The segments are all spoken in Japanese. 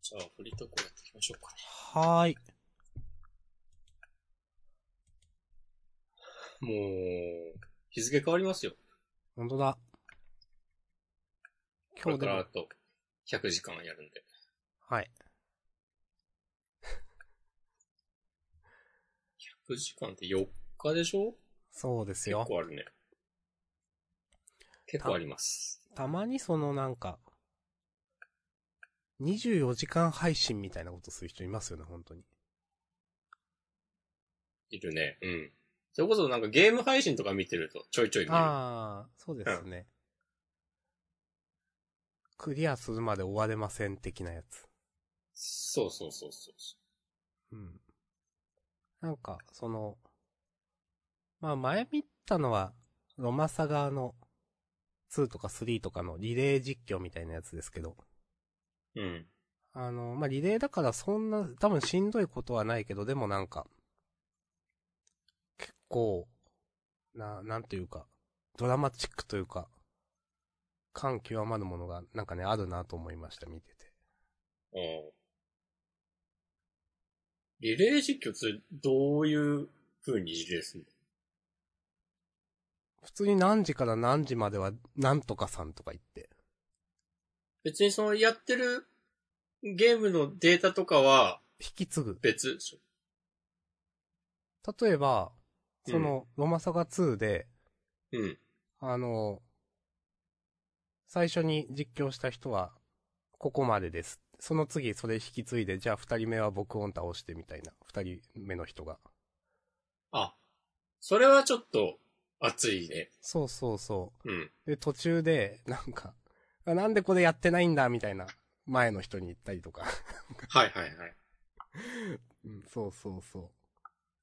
じゃあ、フリートークやっていきましょうかね。 はーい。 もう、日付変わりますよ。 ほんとだ。 これ今日でも。 からあと100時間やるんで。 はい。 100時間って4日でしょ？ そうですよ。 結構あるね。結構あります。 たまになんか、24時間配信みたいなことする人いますよね、本当に。 いるね。うん。それこそなんかゲーム配信とか見てるとちょいちょい見る。 ああ、そうですね。クリアするまで終われません的なやつ。 そうそうそうそう。 うん。なんか、まあ前見たのは、ロマサガの2とか3とかのリレー実況みたいなやつですけど。 うん。 まあリレーだからそんな、多分しんどいことはないけど、でもなんか、結構、なんていうか、ドラマチックというか、感極まるものがなんかね、あるなと思いました、見てて。 うん。リレー実況ってどういう風にリレーするの？ 普通に何時から何時までは、なんとかさんとか言って。 別にそのやってるゲームのデータとかは引き継ぐ。 別でしょ？ 例えば、 うん。 ロマサガ2で、 うん。 あの、最初に実況した人は、ここまでです。その次、それ引き継いで、じゃあ二人目は僕を倒してみたいな。二人目の人が。 あ、それはちょっと熱いね。 そうそうそうん。 う。で、途中で、なんか、なんでこれやってないんだ、みたいな、前の人に言ったりとか。 はいはいはい。 うん、そうそうそう。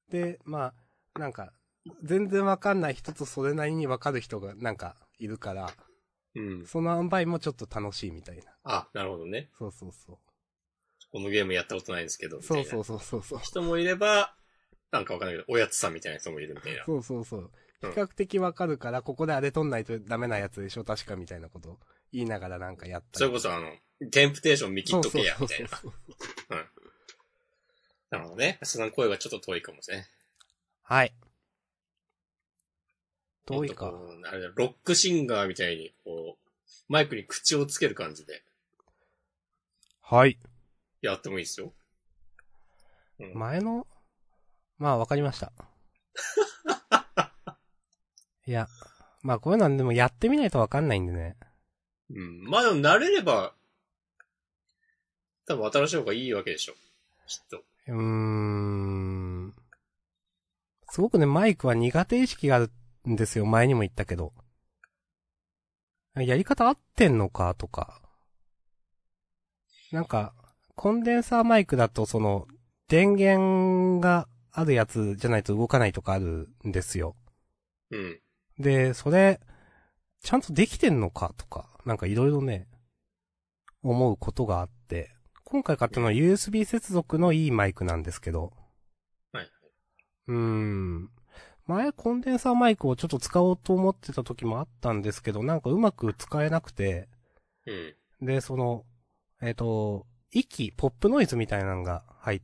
で、まあ、なんか、全然わかんない人とそれなりにわかる人がなんかいるから、 うん。 その塩梅もちょっと楽しいみたいな。 あ、なるほどね。 そうそうそこのゲームやったことないんですけど、 う。 みたいなそうそうそうそうそう。 人もいれば、なんかわかんないけど、おやつさんみたいな人もいるみたいな。 そうそうそう。比うん。 較的わかるから、ここであれ取んないとダメなやつでしょ、確かみたいなこと言いながらなんかやったりとか。 それこそテンプテーション見切っとけや、 そうそうそみたいな。 うそうそう。 うん。なるほどね。さすがに声がちょっと遠いかもしれない。 はい。 もっ遠いか。 とこう、あれだ、ロックシンガーみたいに、こう、マイクに口をつける感じではい。 やってもいいですよ。うん。 前の、まあわかりました。いや、まあこういうのはでもやってみないとわかんないんでね。 うん。まあでも慣れれば、多分新しい方がいいわけでしょ。きっと。 うーん。すごくね、マイクは苦手意識があるんですよ。前にも言ったけど。やり方合ってんのかとか。なんか、コンデンサーマイクだと電源があるやつじゃないと動かないとかあるんですよ。 うん。 で、それ、ちゃんとできてんのかとか、なんかいろいろね、思うことがあって、今回買ったのはうん。 USB 接続のいいマイクなんですけど、 はい。 前コンデンサーマイクをちょっと使おうと思ってた時もあったんですけど、なんかうまく使えなくて、 うん。 で、ポップノイズみたいなのが入って、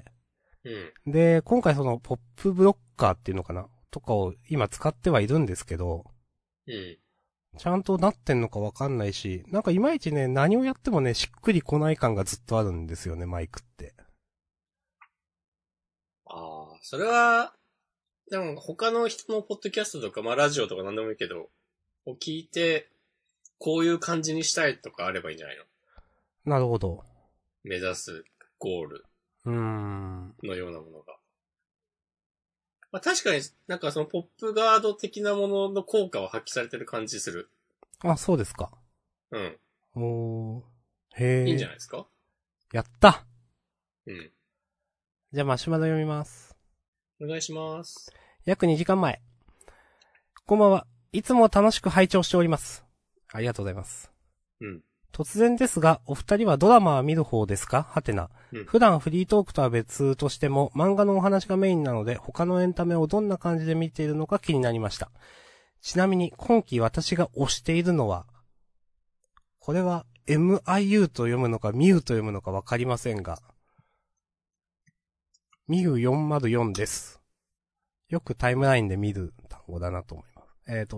うん。 で、今回ポップブロッカーっていうのかなとかを今使ってはいるんですけど、 うん。 ちゃんとなってんのかわかんないし、なんかいまいちね、何をやってもね、しっくりこない感がずっとあるんですよね、マイクって。 ああ、それは、でも他の人のポッドキャストとか、まあラジオとか何でもいいけど、を聞いて、こういう感じにしたいとかあればいいんじゃないの？ なるほど。 目指すゴールうーん。 のようなものが。まあ確かになんかそのポップガード的なものの効果は発揮されてる感じする。 あ、そうですか。 うん。 おー。 いいんじゃへー。 ないですか？ やったうん。 じゃあマシュマロ読みます。 お願いします。 約2時間前。こんばんは。いつも楽しく拝聴しております。ありがとうございます。 うん。 突然ですが、お二人はドラマは見る方ですかはてな。 うん。 普段フリートークとは別としても、漫画のお話がメインなので、他のエンタメをどんな感じで見ているのか気になりました。ちなみに、今期私が推しているのは、これは MIU と読むのか、ミュウと読むのかわかりませんが。ミュウ404です。よくタイムラインで見る単語だなと思います。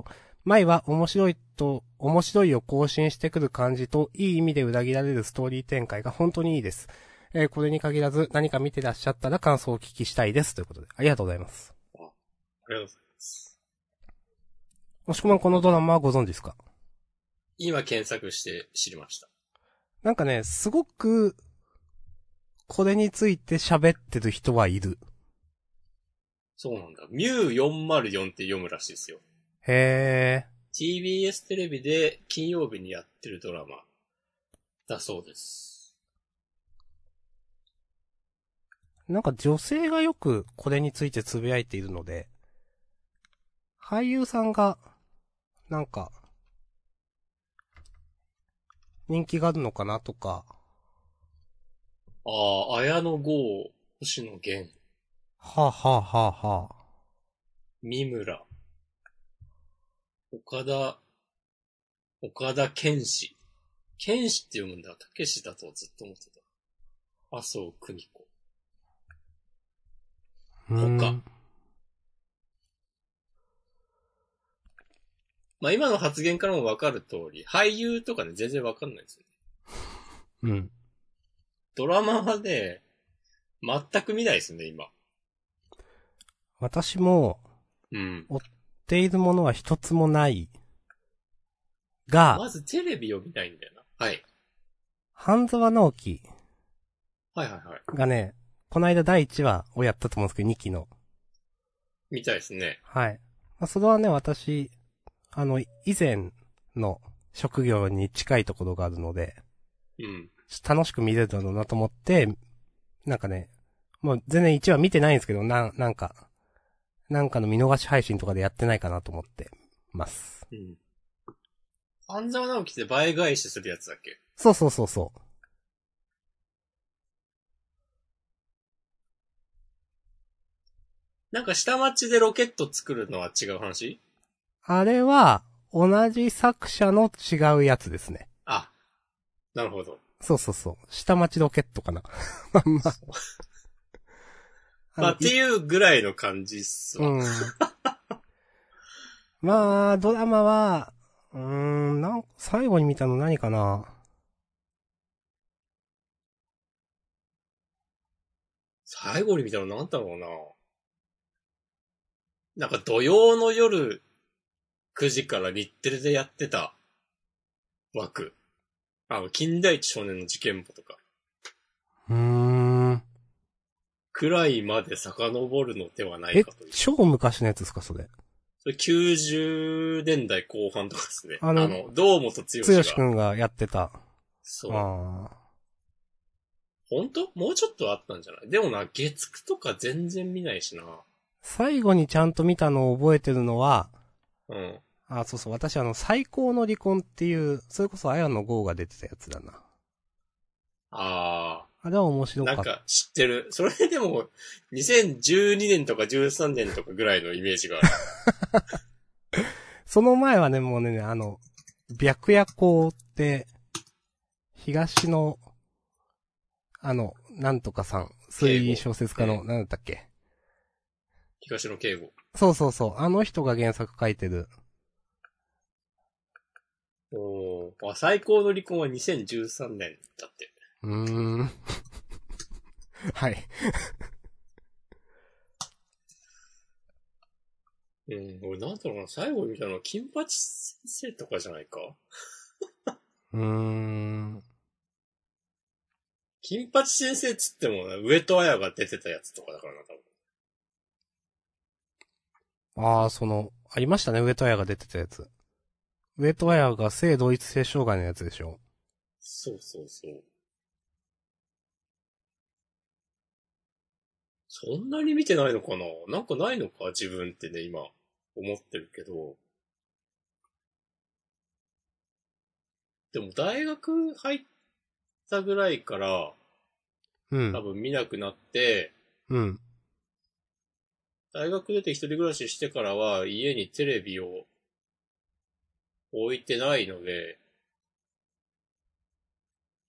前は面白いを更新してくる感じと、いい意味で裏切られるストーリー展開が本当にいいです。これに限らず何か見てらっしゃったら感想をお聞きしたいです。ということで、ありがとうございます。 ありがとうございます。 もしくはこのドラマはご存知ですか？ 今検索して知りました。 なんかね、すごく、これについて喋ってる人はいる。 そうなんだ。ミュー404って読むらしいですよ。 へー。 TBS テレビで金曜日にやってるドラマだそうです。 なんか女性がよくこれについてつぶやいているので、俳優さんが、なんか、人気があるのかなとか。 ああ、綾野剛、星野源、 はあ、はあはあはあ、 三村、岡田健志。健志って読むんだ。たけしだとずっと思ってた。麻生久美子。他。まあ今の発言からもわかる通り、俳優とかね、全然わかんないですよね。 うん。 ドラマはね、全く見ないですね、今。 私も、 うん。 追っているものは一つもない。が、 まずテレビを見ないんだよな。はい。 半沢直樹はいはいはい。 がね、この間第1話をやったと思うんですけど、2期の。 見たいですね。 はい。まあ、それはね、私、以前の職業に近いところがあるので、 うん。 楽しく見れるだろうなと思って、なんかね、もう全然1話見てないんですけど、なんかの見逃し配信とかでやってないかなと思ってます。 うん。半沢直樹って倍返しするやつだっけ？ そうそうそうそう。 なんか下町でロケット作るのは違う話？ あれは、同じ作者の違うやつですね。 あ、なるほど。 そうそうそう。下町ロケットかな。まあまあ。 まあっていうぐらいの感じっすわ。 うん。まあ、ドラマは、最後に見たの何かな。 最後に見たのなんだろうな。なんか土曜の夜9時から日テレでやってた枠。金田一少年の事件簿とか。 うーん。 くらいまで遡るのではないかという。 超昔のやつですか、それ。 それ90年代後半とかですね。堂本剛が。 くんがやってた。 そう。 ああ。 本当もうちょっとあったんじゃない？でもな、月9とか全然見ないしな。 最後にちゃんと見たのを覚えてるのは、 うん。 そうそう、私最高の離婚っていう、それこそ綾野剛が出てたやつだな。 ああれは面白かった。 なんか知ってる。それでも、2012年とか13年とかぐらいのイメージがある。 その前はね、もうね、白夜行って、東の、なんとかさん、推理小説家の、なんだったっけ？ 東野圭吾。 そうそうそう、あの人が原作書いてる。 最高の離婚は2013年だって。 はい。 俺なんだろうな、最後に見たのは金八先生とかじゃないか？金八先生っつってもね、上戸彩が出てたやつとかだからな、多分。 ありましたね、上戸彩が出てたやつ。上戸彩が性同一性障害のやつでしょ？ そうそうそう。そんなに見てないのかな？なんかないのか自分ってね、今、思ってるけど。でも大学入ったぐらいから、 うん。 多分見なくなって、 うん。 大学出て一人暮らししてからは家にテレビを置いてないので、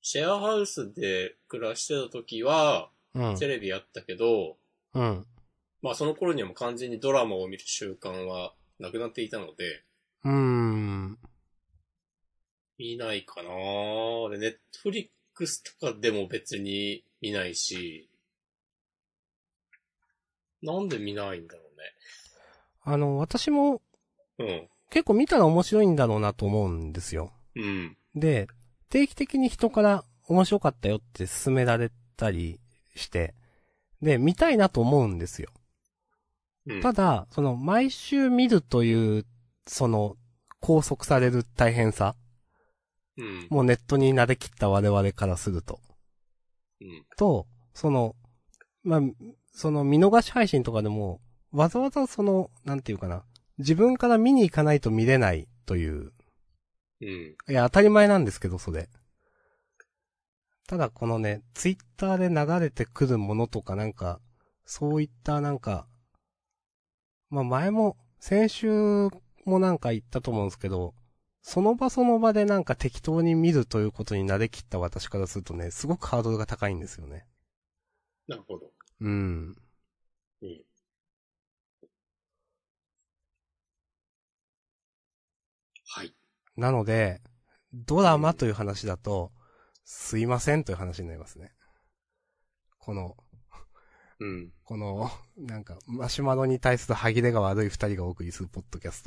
シェアハウスで暮らしてた時は、 うん。 テレビやったけど、 うん。 まあその頃にはもう完全にドラマを見る習慣はなくなっていたので、 うーん。 見ないかなで、ネットフリックスとかでも別に見ないし、なんで見ないんだろ私もうね。 結構見たら面白いんだろうなと思うんですよ。 うん。うん。 で、定期的に人から面白かったよって勧められたりして、で、見たいなと思うんですよ。 うん。 ただ、毎週見るという、拘束される大変さ。 うん。 もうネットに慣れきった我々からすると。 うん。 と、まあ、見逃し配信とかでも、わざわざなんていうかな。自分から見に行かないと見れないという。 うん。 いや、当たり前なんですけど、それ。ただこのね、ツイッターで流れてくるものとかなんか、そういったなんか、まあ前も、先週もなんか言ったと思うんですけど、その場その場でなんか適当に見るということに慣れきった私からするとね、すごくハードルが高いんですよね。 なるほど。 うん。 うん。はい。 なので、ドラマうん。 という話だと、すいませんという話になりますね。この、 うん。 この、なんか、マシュマロに対する歯切れが悪い二人がお送りするポッドキャスト。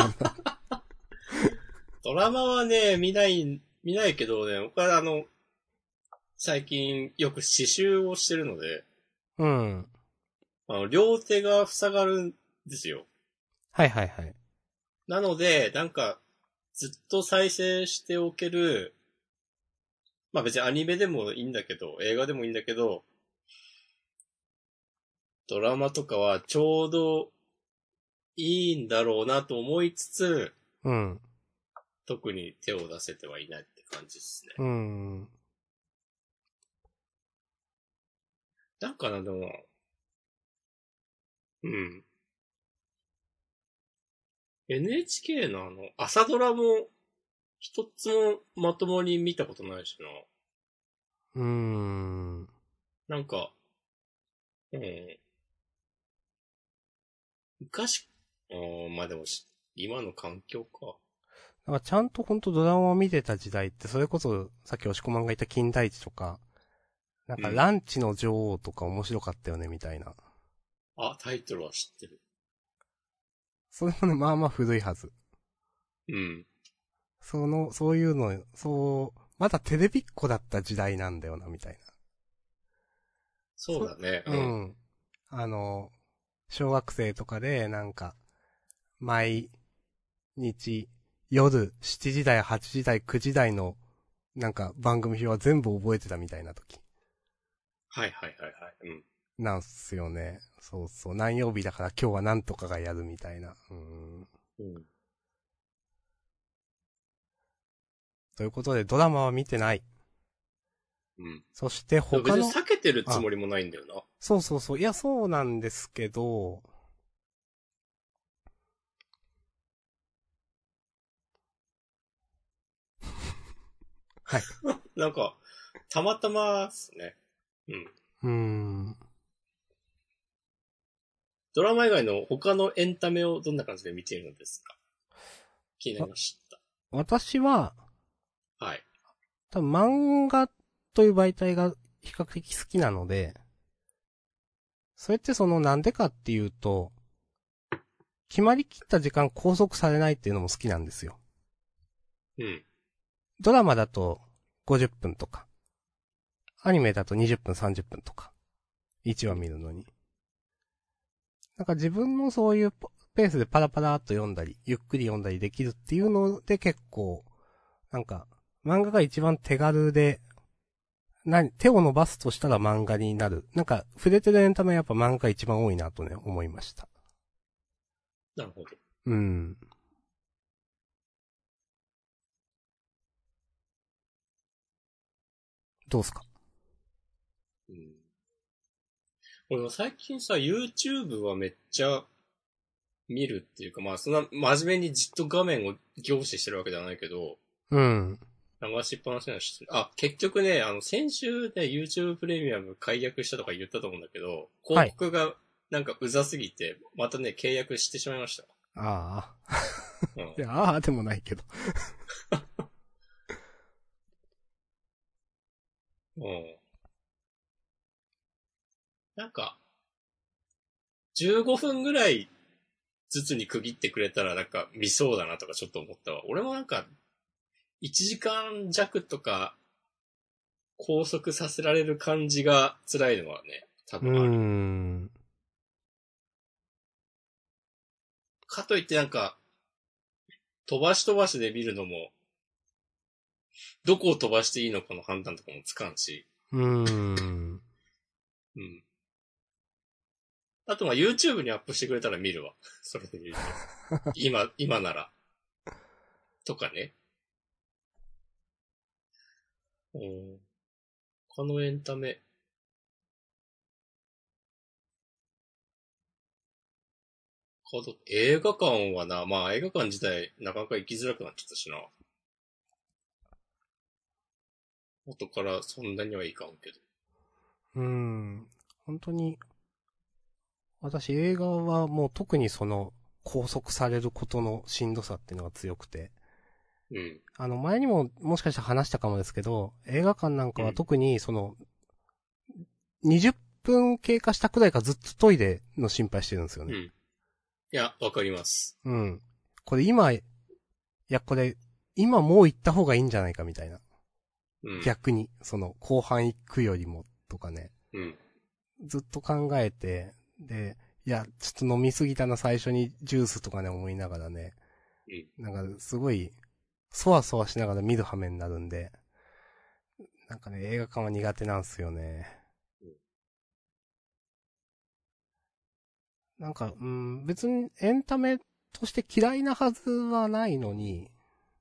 ドラマはね、見ないけどね、僕は最近よく刺繍をしてるので、 うん。 両手が塞がるんですよ。 はいはいはい。 なので、なんか、ずっと再生しておける、まあ別にアニメでもいいんだけど、映画でもいいんだけど、ドラマとかはちょうどいいんだろうなと思いつつ、 うん。 特に手を出せてはいないって感じですね。 うん。 なんかな、でも、うん。NHK の朝ドラも一つもまともに見たことないしうーん。 な。なんか、うん。昔、まあでも今の環境か。 だからちゃんとほんとドラマを見てた時代って、それこそ、さっき押し込まんが言った金田一とか、なんかうん。 ランチの女王とか面白かったよね、みたいな。 あ、タイトルは知ってる。 それもね、まあまあ古いはず。 うん。 そういうの、まだテレビっ子だった時代なんだよな、みたいな。 そうだね。うん。 うん。あの、小学生とかで、なんか、毎日、夜7時台、8時台、9時台の、なんか番組表は全部覚えてたみたいな時。 はいはいはいはい。うん。 なんすよね。そうそう。何曜日だから今日は何とかがやるみたいな。 うん。 ということで、ドラマは見てない。 うん。 そしてでも別に他の、 避けてるつあ、 もりもないんだよな。 そうそうそう。いや、そうなんですけど、はい。 なんか、たまたまっすね。うん。 うーん。 ドラマ以外の他のエンタメをどんな感じで見ているのですか？気になりわ、 まし私は、 た。はい。 多分漫画という媒体が比較的好きなので、それってなんでかっていうと、決まりきった時間拘束されないっていうのも好きなんですよ。 うん。 ドラマだと50分とか、アニメだと20分30分とか、1話見るのに。なんか自分のそういうペースでパラパラっと読んだり、ゆっくり読んだりできるっていうので結構、なんか、漫画が一番手軽で、手を伸ばすとしたら漫画になる。なんか、触れてるエンタメはやっぱ漫画が一番多いなとね、思いました。 なるほど。 うん。どうすか？ うん。俺も最近さ、YouTube はめっちゃ見るっていうか、まあそんな真面目にじっと画面を凝視してるわけじゃないけど、 うん。 流しっぱなしなの知ってる。あ、結局ね、先週で YouTube プレミアム解約したとか言ったと思うんだけど、広告がなんかうざすぎて、またね、契約してしまいました。 ああ。 うん。 いや、ああでもないけど。 うん。なんか、15分ぐらいずつに区切ってくれたらなんか見そうだなとかちょっと思ったわ。俺もなんか、1時間弱とか拘束させられる感じが辛いのはね、多うー分ある。 ん。 かといってなんか、飛ばし飛ばしで見るのも、どこを飛ばしていいのかの判断とかもつかんし。 うーん。 うん。あとまあ YouTube にアップしてくれたら見るわ。それで見ると。今なら。とかね。うん。他のエンタメ。映画館はな、まあ映画館自体なかなか行きづらくなっちゃったしな。元からそんなにはいかんけど。 うーん。本当に、私映画はもう特にその、拘束されることのしんどさっていうのが強くて。 うん。 前にももしかしたら話したかもですけど、映画館なんかはうん。 特にその、20分経過したくらいからずっとトイレの心配してるんですよね。 うん。いや、わかります。 うん。これ今、これ、今もう行った方がいいんじゃないかみたいな。 うん。 逆に、その、後半行くよりも、とかね。 うん。 ずっと考えて、で、いや、ちょっと飲みすぎたな、最初にジュースとかね、思いながらね。 うん。 なんか、すごい、そわそわしながら見る羽目になるんで、なんかね、映画館は苦手なんすよね。なんか、別にエンタメとして嫌いなはずはないのに、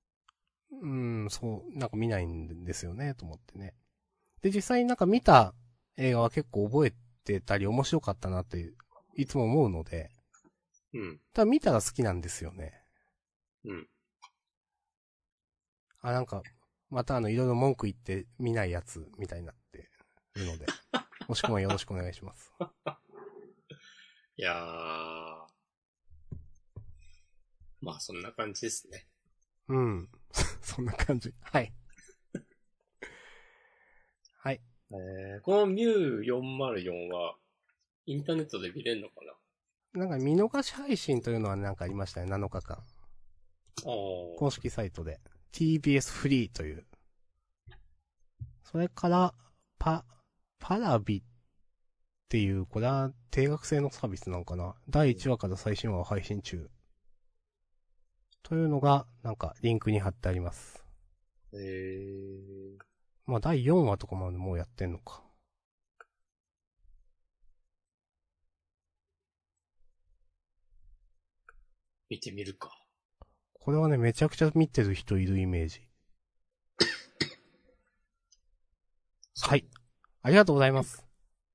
そう、なんか見ないんですよね、と思ってね。で、実際になんか見た映画は結構覚えてたり面白かったなっていつも思うので、 うん。 ただ見たら好きなんですよね。 うん。 あ、なんか、またいろいろ文句言って見ないやつみたいになってるので、もしくはよろしくお願いします。 いやー。まあそんな感じですね。 うん。そんな感じ。はい。はい。 このミュー404はインターネットで見れるのかな？ なんか見逃し配信というのはなんかありましたね、7日間。 ああ。 公式サイトで。TBS フリーという。それから、パラビっていう、これは定額制のサービスなのかな。第1話から最新話を配信中。というのが、なんかリンクに貼ってあります。まあ第4話とかまでもうやってんのか。 見てみるか。 これはね、めちゃくちゃ見てる人いるイメージ。はい。ありがとうございます。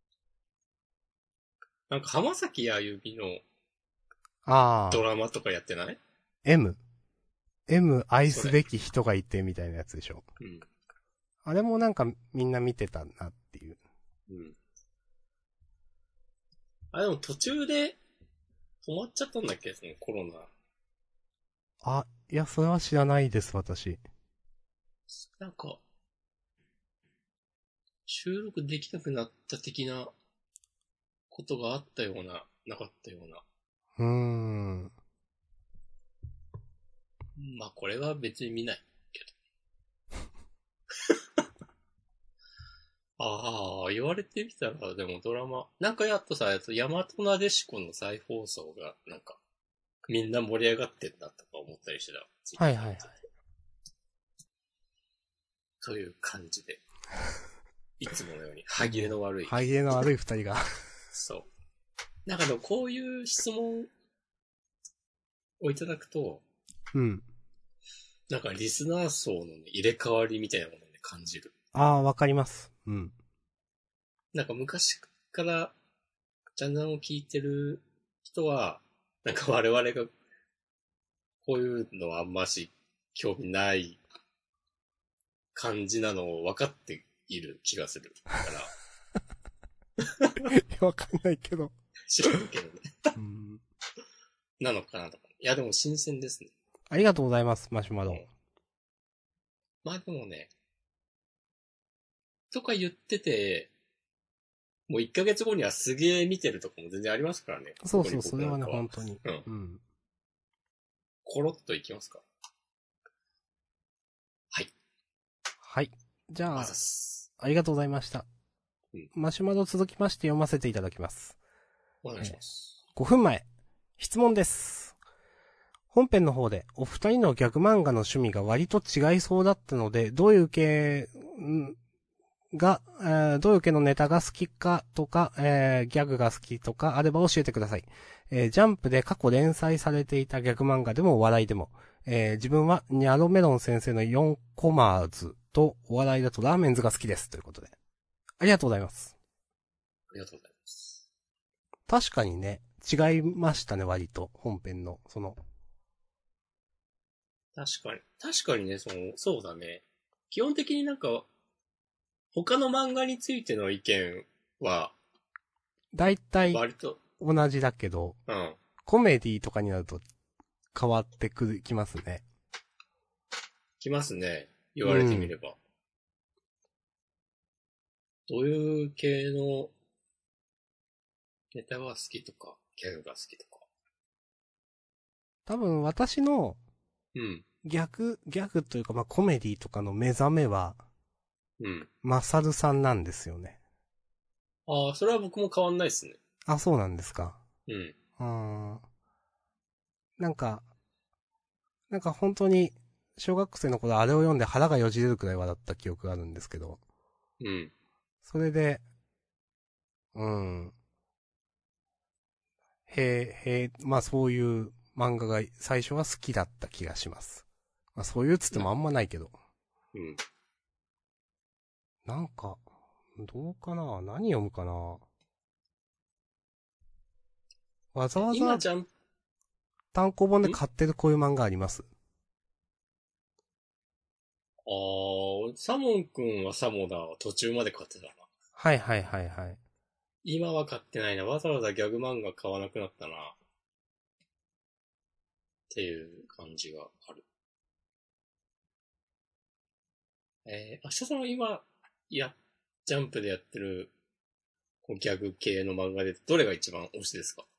なんか浜崎あゆみのああ、 ドラマとかやってない？ M 愛すそれ。 べき人がいてみたいなやつでしょ。 うん。 あれもなんかみんな見てたなっていう。 うん。あ、でも途中で止まっちゃったんだっけ、そのコロナ。 あ、いや、それは知らないです、私。 なんか、収録できなくなった的なことがあったような、なかったような。 うーん。 まあこれは別に見ないけど。ああ、言われてみたら、でもドラマ、なんかやっとさ、大和なでしこの再放送が、なんか、みんな盛り上がってんだとか思ったりしてた。 はいはいはい。 という感じで。いつものように、歯切れの悪い。 歯切れの悪い二人が。 そう。なんかでもこういう質問をいただくと、 うん。 なんかリスナー層の、ね、入れ替わりみたいなものを、ね、感じる。 ああ、わかります。うん。 なんか昔からジャンナンを聞いてる人は、なんか我々がこういうのはあんまし興味ない感じなのを分かっている気がする。だから。 わかんないけど。 知らんけどね。 うん。 なのかなとか。いやでも新鮮ですね。 ありがとうございます、マシュマロ。 まあでもね、とか言ってて、もう1ヶ月後にはすげえ見てるとこも全然ありますからね。 そうそう、それはね、本当に。 うん。 うん。 コロッといきますか。はい。 はい。じゃあ、 す。 ありがとうございました。 うん。 マシュマロ続きまして読ませていただきます。 お願いします。 5分前。質問です。本編の方でお二人のギャグ漫画の趣味が割と違いそうだったので、どういう系が、どういう系のネタが好きかとか、ギャグが好きとかあれば教えてください。ジャンプで過去連載されていたギャグ漫画でもお笑いでも、自分はニャロメロン先生の4コマーズとお笑いだとラーメンズが好きですということで。ありがとうございます。 ありがとうございます。 確かにね、違いましたね、割と。本編の、 確かにね、そうだね。基本的になんか、他の漫画についての意見は、 大体、 割と、 同じだけど、 うん。 コメディとかになると変わってきますね。 きますね。言われてみれば。どういう系のネタが好きとか、ギャグが好きとか。 多分私のうん。 ギャグというかコメディとかの目覚めは、 うん。 マサルさんなんですよね。 ああ、それは僕も変わんないっすね。 あ、そうなんですか。 うん。 なんか本当に、小学生の頃あれを読んで腹がよじれるくらい笑った記憶があるんですけど。 うん。 それで、うん。そういう漫画が最初は好きだった気がします。そういうつってもあんまないけど。 うん。 なんか、どうかな何読むかなわざわざ今じゃん、 単行本で買ってるこういう漫画あります？ ああ、サモン君はサモダーを途中まで買ってたな。 はいはいはいはい。 今は買ってないな。わざわざギャグ漫画買わなくなったな。っていう感じがある。明日さんは今、ジャンプでやってる、ギャグ系の漫画で、どれが一番推しですか？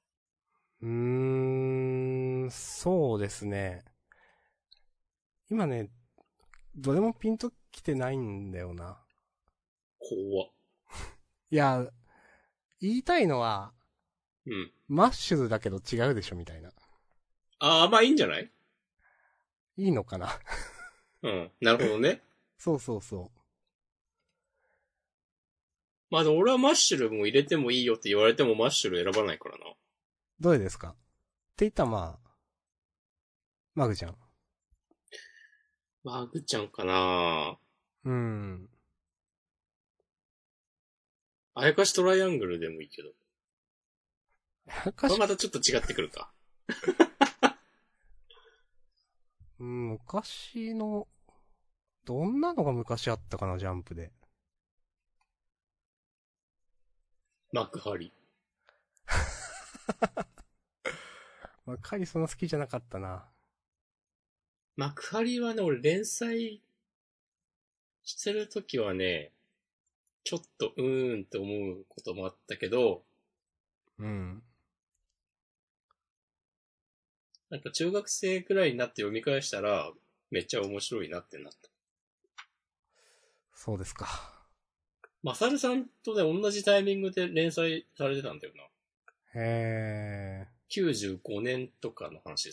そうですね。今ね、どれもピンときてないんだよな。 怖っ。 いや、言いたいのは、 うん。 マッシュルだけど違うでしょみたいな。 ああ、まあいいんじゃない？ いいのかな？ うん。なるほどね。 そうそうそう。 まあでも俺はマッシュルも入れてもいいよって言われてもマッシュル選ばないからな。 どれですかって言ったらマグちゃん。 マグちゃんかな。 うん。 あやかしトライアングルでもいいけど。これ昔、 またちょっと違ってくるか。 うん、昔の、どんなのが昔あったかな、ジャンプで。 幕張。 カリそんな好きじゃなかったな。 幕張はね、俺連載してるときはね、ちょっとって思うこともあったけど、 うん。 なんか中学生くらいになって読み返したら、めっちゃ面白いなってなった。 そうですか。 マサルさんとね、同じタイミングで連載されてたんだよな。 へ 95年とかの話です。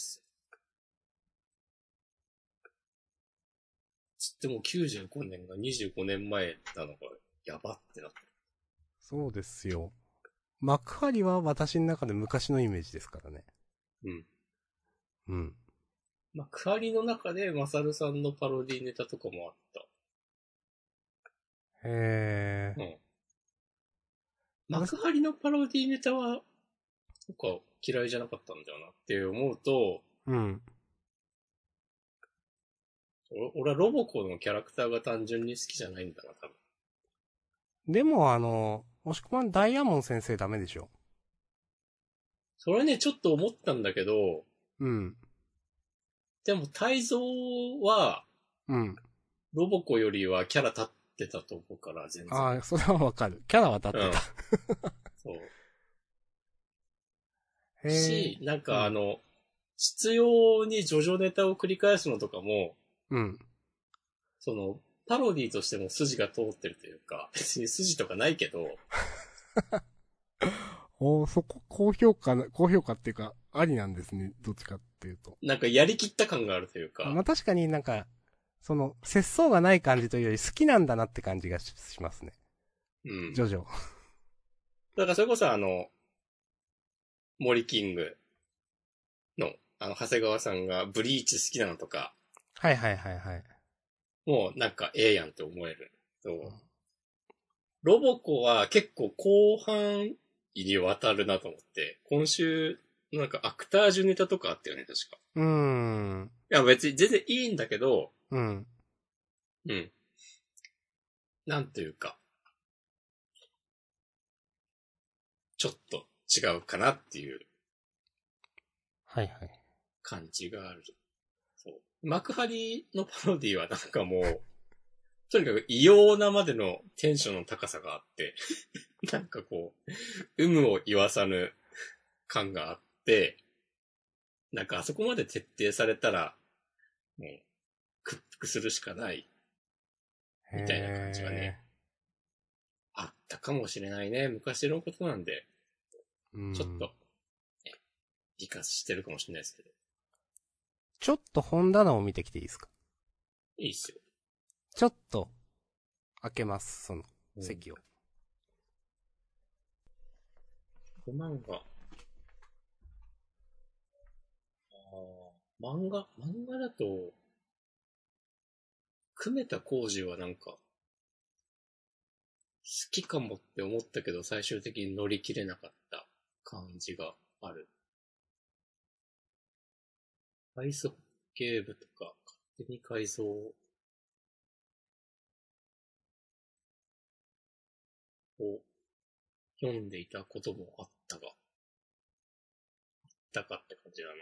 つっても95年が25年前なのが、やばってなってる。 そうですよ。幕張は私の中で昔のイメージですからね。 うん。 うん。 幕張の中でマサルさんのパロディネタとかもあった。 へうん。幕張のパロディネタは、なんか嫌いじゃなかったんだよなって思うと、 うん。 俺はロボコのキャラクターが単純に好きじゃないんだな、多分。 でも押し込まんダイヤモン先生ダメでしょ。 それね、ちょっと思ったんだけど、 うん。 でも、泰造は、 うん。 ロボコよりはキャラ立ってたと思うから、全然。 ああ、それはわかる。キャラは立ってた。 そう。 へし、 え。 なんか必要にジョジョネタを繰り返すのとかも、 うん。 パロディとしても筋が通ってるというか、別に筋とかないけど、 そこ、高評価っていうか、ありなんですね。どっちかっていうと。 なんかやりきった感があるというか、 まあ、確かになんか、節操がない感じというより好きなんだなって感じがしますね。 うん。 ジョジョ。 だからそれこそ森キングの、長谷川さんがブリーチ好きなのとか、 はいはいはいはい。 もうなんかええやんって思える。ロボコは結構後半入り渡るなと思って、今週、なんかアクタージュネタとかあったよね、確か。 うーん。 いや別に全然いいんだけど、 うん。 うん。なんというか、ちょっと違うかなっていうはいはい。 感じがある。そう。幕張のパロディはなんかもう、とにかく異様なまでのテンションの高さがあって、なんかこう、有無を言わさぬ感があって、なんかあそこまで徹底されたら、もう、屈服するしかない、みたいな感じはね、 へあったかもしれないね。昔のことなんで、 ー。うん。 ちょっと、理解してるかもしれないですけど。 ちょっと本棚を見てきていいですか？ いいっすよ。 ちょっと、開けます、 うん。 席を。 漫画。漫画だと、久米田浩二はなんか、好きかもって思ったけど、最終的に乗り切れなかった感じがある。アイスホッケー部とか、勝手に改造を読んでいたこともあったが、だかって感じだな。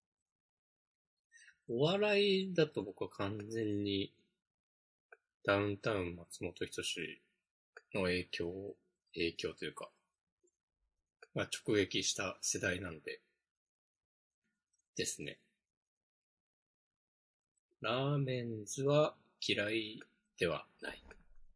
お笑いだと僕は完全にダウンタウン松本人志の影響というか、まあ、直撃した世代なんでですね。ラーメンズは嫌いではない。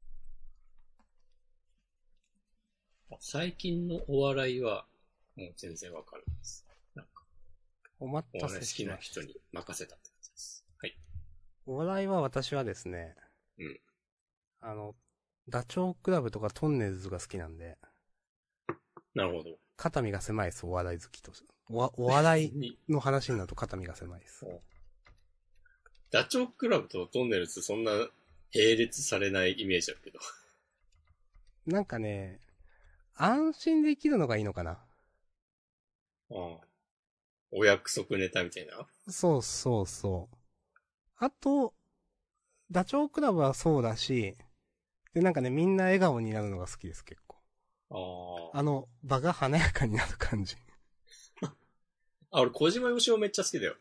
最近のお笑いはもう全然わかるんです。なんか、 お待たせお笑い好きしました。 な人に任せたって感じです。はい。 お笑いは私はですね、 うん。 あの、ダチョウ倶楽部とかトンネルズが好きなんで、 なるほど。 肩身が狭いです、お笑い好きとして。お笑いに、 の話になると肩身が狭いです。 ダチョウ倶楽部とトンネルズそんな並列されないイメージだけど。 なんかね、安心できるのがいいのかな。 ああ。お約束ネタみたいな。 そうそうそう。あと、ダチョウ倶楽部はそうだし、で、なんかね、みんな笑顔になるのが好きです、結構。 あ場が華やかになる感じ。 あ。俺、小島よしおめっちゃ好きだよ。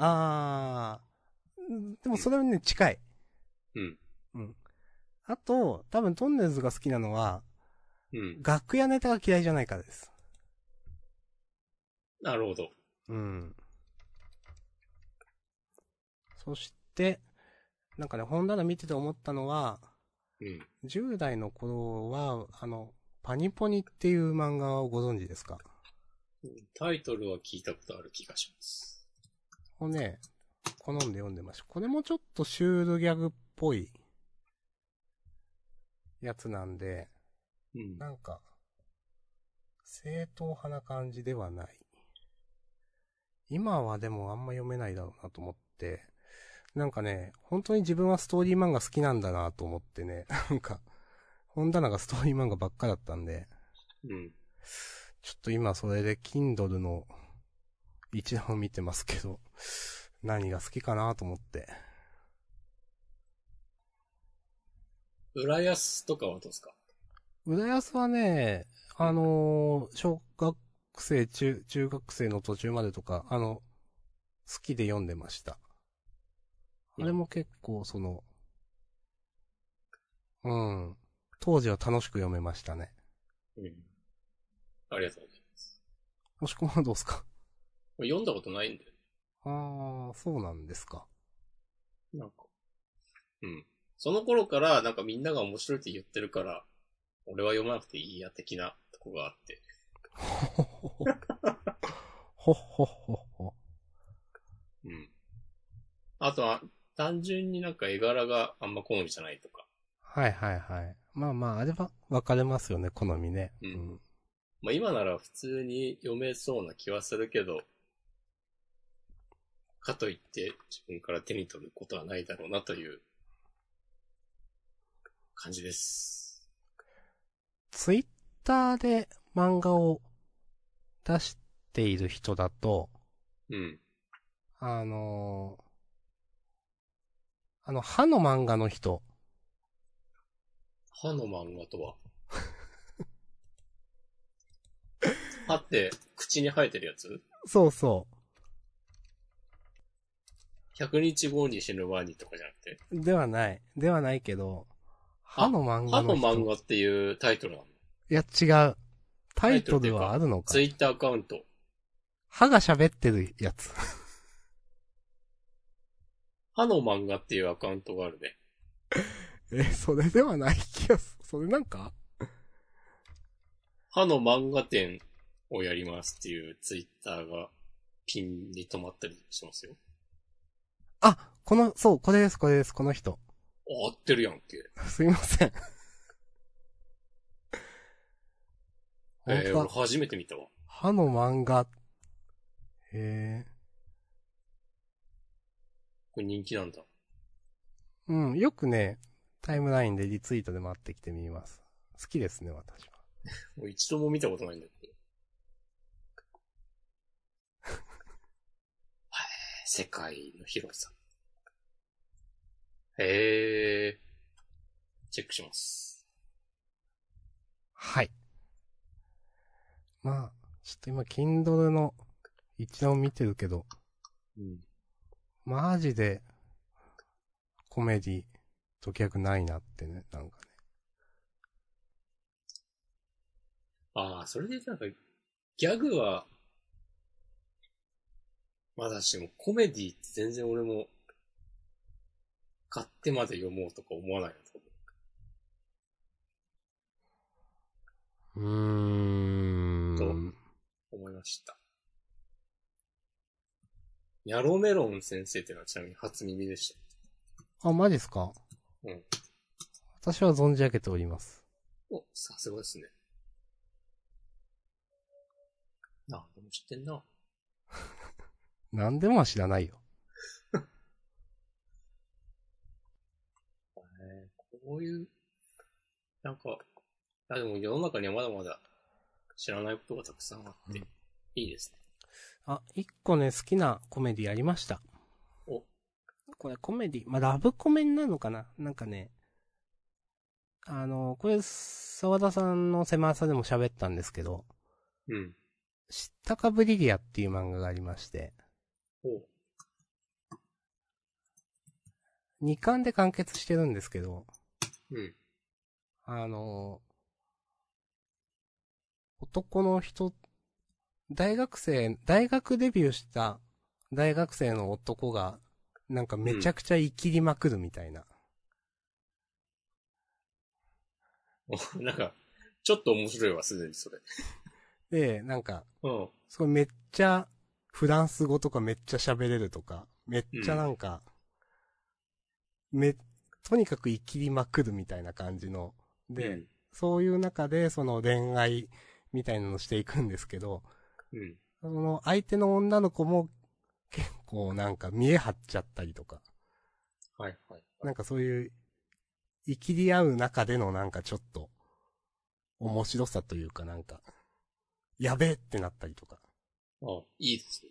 でもそれはね、近い。 うん。 うん。あと、多分トンネルズが好きなのは、 うん。 楽屋ネタが嫌いじゃないからです。 なるほど。 うん。そして、なんかね、本棚見てて思ったのは、 うん。 10代の頃は、パニポニっていう漫画をご存知ですか？ タイトルは聞いたことある気がします。 これね、好んで読んでました。これもちょっとシュールギャグっぽいやつなんで、 うん。 なんか、正統派な感じではない。今はでもあんま読めないだろうなと思って、なんかね、本当に自分はストーリー漫画好きなんだなと思ってね、なんか、本棚がストーリー漫画ばっかだったんで、 うん。 ちょっと今それで Kindle の一覧を見てますけど、何が好きかなと思って。 浦安とかはどうですか？ 浦安はね、小学生、中学生の途中までとか、好きで読んでました。あれも結構、うん。当時は楽しく読めましたね。 うん。ありがとうございます。 もしくはどうすか？ 読んだことないんだよね。 ああ、そうなんですか。 なんか。うん。その頃から、なんかみんなが面白いって言ってるから、俺は読まなくていいや、的なとこがあって。 ほほほ。ほほほほ。 うん。あとは、単純になんか絵柄があんま好みじゃないとか。 はいはいはい。まあまあ、あれは分かれますよね、好みね。 うん。 うん。 まあ今なら普通に読めそうな気はするけど、かといって自分から手に取ることはないだろうなという感じです。 ツイッターで漫画を出している人だと、 うん。 あの歯の漫画の人。 歯の漫画とは？歯って口に生えてるやつ？ そうそ 100 日後に死ぬワニとかじゃなくて。 う。ではない。ではないけど、歯あ、 の漫歯の画の人。 漫画っていうタイトルなの？ いや、違う。タタイイトルトルっていうか、 はあるのか。 ツイッターアカウント。 歯が喋ってるやつ。 歯の漫画っていうアカウントがあるね。 それではない気がする。それなんか歯の漫画展をやりますっていうツイッターがピンに止まったりしますよ。 あ、そう、これです、これです、この人。 合ってるやんけ。 すいません。本当俺だ。 初めて見たわ。 歯の漫画。へえ。 これ人気なんだ。 うん、よくね、タイムラインでリツイートで回ってきてみます。好きですね、私は。 もう一度も見たことないんだけど。世界の広さ。へえ。チェックします。 はい。まあ、ちょっと今、Kindle の一覧を見てるけど、 うん。 マジで、コメディ、と逆ないなってね、なんかね。 ああ、それでなんか、ギャグは、まだしもコメディって全然俺も、買ってまで読もうとか思わないなとうーとん。 思いました。ニャロメロン先生っていうのはちなみに初耳でしあ、マジっすか？ た。うん。 私は存じ上げております。 お、さすがですね。あ、でも知ってんな。 なんでもは知らないよ。 こういう、なんか、でも世の中にはまだまだ知らないことがたくさんあって、いいですね。 あ、一個ね、好きなコメディありました。 お、 これコメディ、まあ、ラブコメになるのかな？なんかね、これ、沢田さんの狭さでも喋ったんですけど、 うん。 知ったかブリリアっていう漫画がありまして、 お、 2巻で完結してるんですけど、 うん。 あの、男の人、大学デビューした大学生の男が、なんかめちゃくちゃ生きりまくるみたいな。 お、なんか、ちょっと面白いわ、すでにそれ。 で、なんか、 うん。 すごいめっちゃ、フランス語とかめっちゃ喋れるとか、めっちゃなんか、とにかく生きりまくるみたいな感じの。で、 うん。 そういう中でその恋愛みたいなのしていくんですけど、 うん。 その相手の女の子も結構なんか見え張っちゃったりとか、 はいはい。 なんかそういう生きり合う中でのなんかちょっと面白さというかなんか、やべえってなったりとか。 あ、いいですね。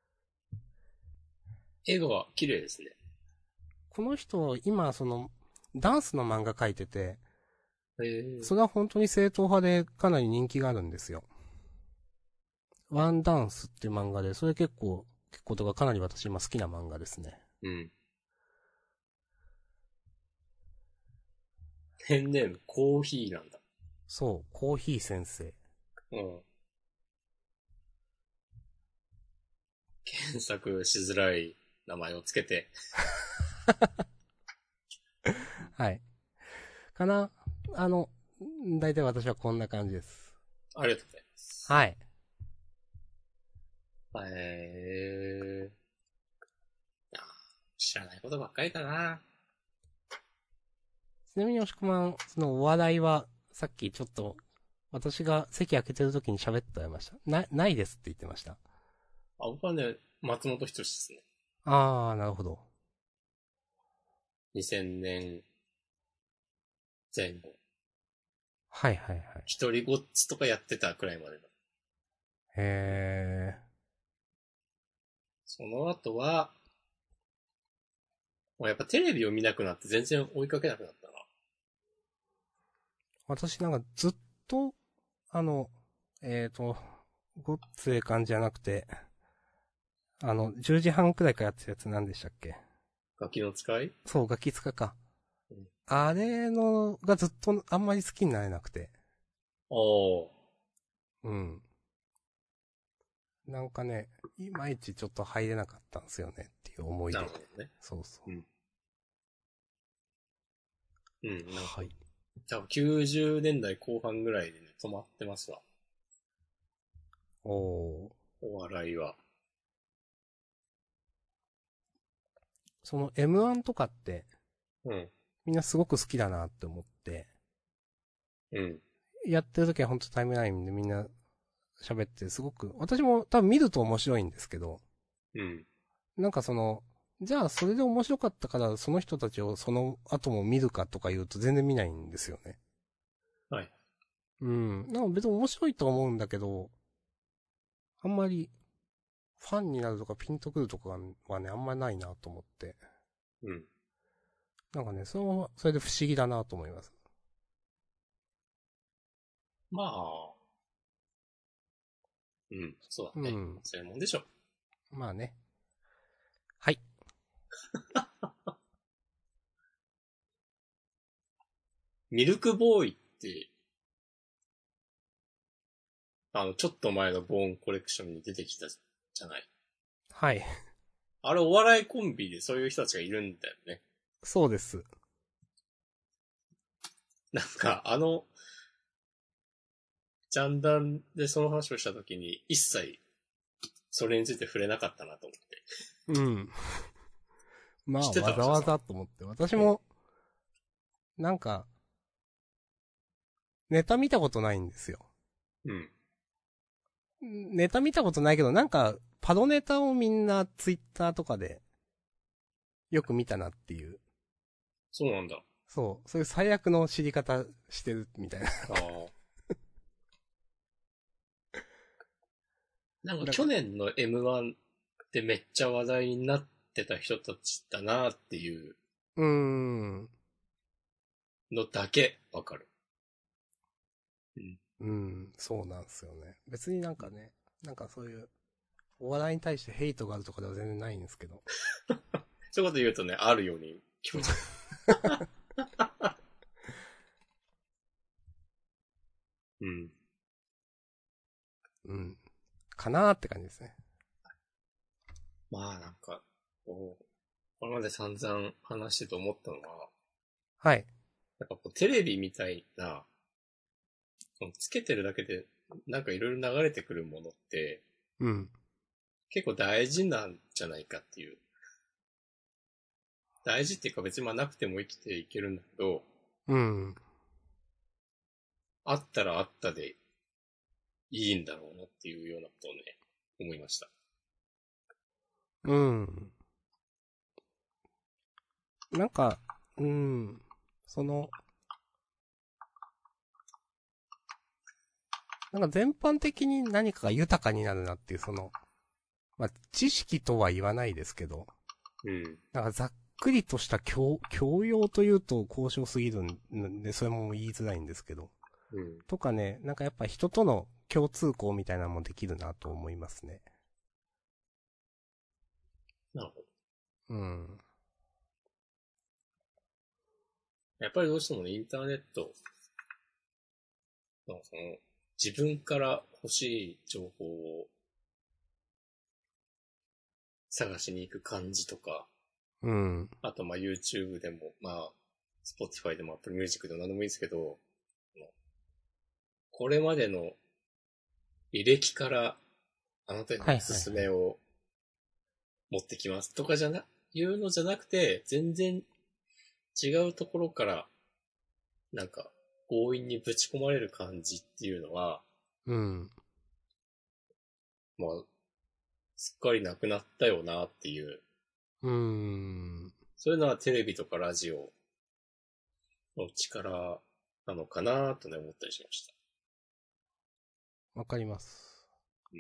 絵が綺麗ですね。 この人、今ダンスの漫画描いてて、 へそれは本当に正統派でかなり人気があるんですよ。ワンダンスっていう漫画で、それ結構とかかなり私今好きな漫画ですね。 うん。ペンネーム、コーヒーなんだ。 そう、コーヒー先生。 うん。検索しづらい名前をつけて。 はい。かな大体私はこんな感じです。 ありがとうございます。 はい。 知らないことばっかりだな。 ちなみに、押し込まん、そのお笑いは、さっきちょっと、私が席開けてる時に喋ってました。ないですって言ってました。 僕はね、松本人志ですね。 あー、なるほど。 2000年前後。 はいはいはい。 一人ごっつとかやってたくらいまでの。 へその後は、もうやっぱテレビを見なくなって全然追いかけなくなったな。 私なんかずっと、ごっつい感じじゃなくて、10時半くらいからやってたやつ何でしたっけ？ ガキの使い？ そう、ガキ使か。 うん、 あれのがずっとあんまり好きになれなくて。 おー。 うん。なんかね、いまいちちょっと入れなかったんですよねっていう思い出。 なるほどね。 そうそう。 うん。うん、なんか、 はい。 多分90年代後半ぐらいでね、止まってますわ。 おー。 お笑いは。 その M1 とかって、 うん。 みんなすごく好きだなって思って、 うん。 やってる時はほんとタイムラインでみんな喋ってすごく、私も多分見ると面白いんですけど、 うん。 なんかじゃあそれで面白かったからその人たちをその後も見るかとか言うと全然見ないんですよね。 はい。 うん。なんか別に面白いと思うんだけど、あんまりファンになるとかピンとくるとかはね、あんまりないなと思って。 うん。 なんかね、それで不思議だなと思います。 まあ、うん。そうだね。 うん。 そういうもんでしょ。 まあね。はい。 ミルクボーイって、ちょっと前のボーンコレクションに出てきたじゃない。 はい。 あれお笑いコンビでそういう人たちがいるんだよね。 そうです。 なんか、ジャンダンでその話をしたときに、一切、それについて触れなかったなと思って。 うん。まあ、 知ってたわざわざと思って。私も、なんか、ネタ見たことないんですよ。 うん。 ネタ見たことないけど、なんか、パロネタをみんなツイッターとかで、よく見たなっていう。 そうなんだ。 そう。そういう最悪の知り方してるみたいな。 ああ。なんか去年の M1 ってめっちゃ話題になってた人たちだなっていううーん。 のだけわかる。うん。 うん。そうなんですよね。別になんかね、なんかそういう、お笑いに対してヘイトがあるとかでは全然ないんですけど。 そういうこと言うとね、あるように気持ちうん。 うん。かなーって感じですね。 まあなんか、これまで散々話してて思ったのは、 はい。 なんかこうテレビみたいな、そのつけてるだけで、なんかいろいろ流れてくるものって、 うん。 結構大事なんじゃないかっていう。大事っていうか別にまあなくても生きていけるんだけど、 うん。 あったらあったでいいんだろうなっていうようなことをね、思いました。 うん。なんか、うん。なんか全般的に何かが豊かになるなっていうまあ、知識とは言わないですけど、 うん。 なんか雑くりとした教養というと交渉すぎるんで、それも言いづらいんですけど。 うん。 とかね、なんかやっぱ人との共通項みたいなのもできるなと思いますね。 なるほど。 うん。 やっぱりどうしてもね、インターネットのその、自分から欲しい情報を探しに行く感じとか、 うん。 あとまあ YouTube でも、まあ Spotify でも Apple Music でも何でもいいですけど、これまでの履歴からあなたにはいはいおすすはい。 めを持ってきますとかいうのじゃなくて、全然違うところからなんか強引にぶち込まれる感じっていうのは、 うん。 まあ、すっかりなくなったよなっていう、 うーん。 そういうのはテレビとかラジオの力なのかなとね思ったりしました。 わかります。 うん。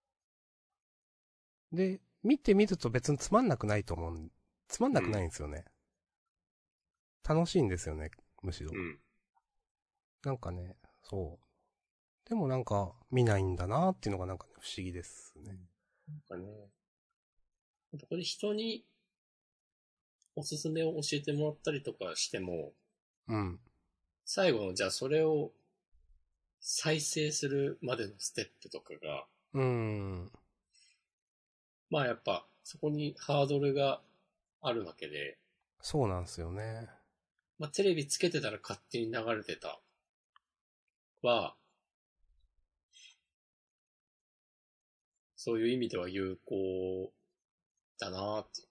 で、見てみると別につまんなくないと思う。つまんなくないうん。 んですよね。楽しいんですよね、むしろ。 うん。 なんかね、そう。でもなんか、見ないんだなっていうのがなんかね、不思議ですね。 なんかね、ここで人におすすめを教えてもらったりとかしても、 うん。 最後のじゃあそれを再生するまでのステップとかが、 うーん。 まあやっぱそこにハードルがあるわけで、 そうなんですよね。 まあテレビつけてたら勝手に流れてたは、そういう意味では有効だなっていう。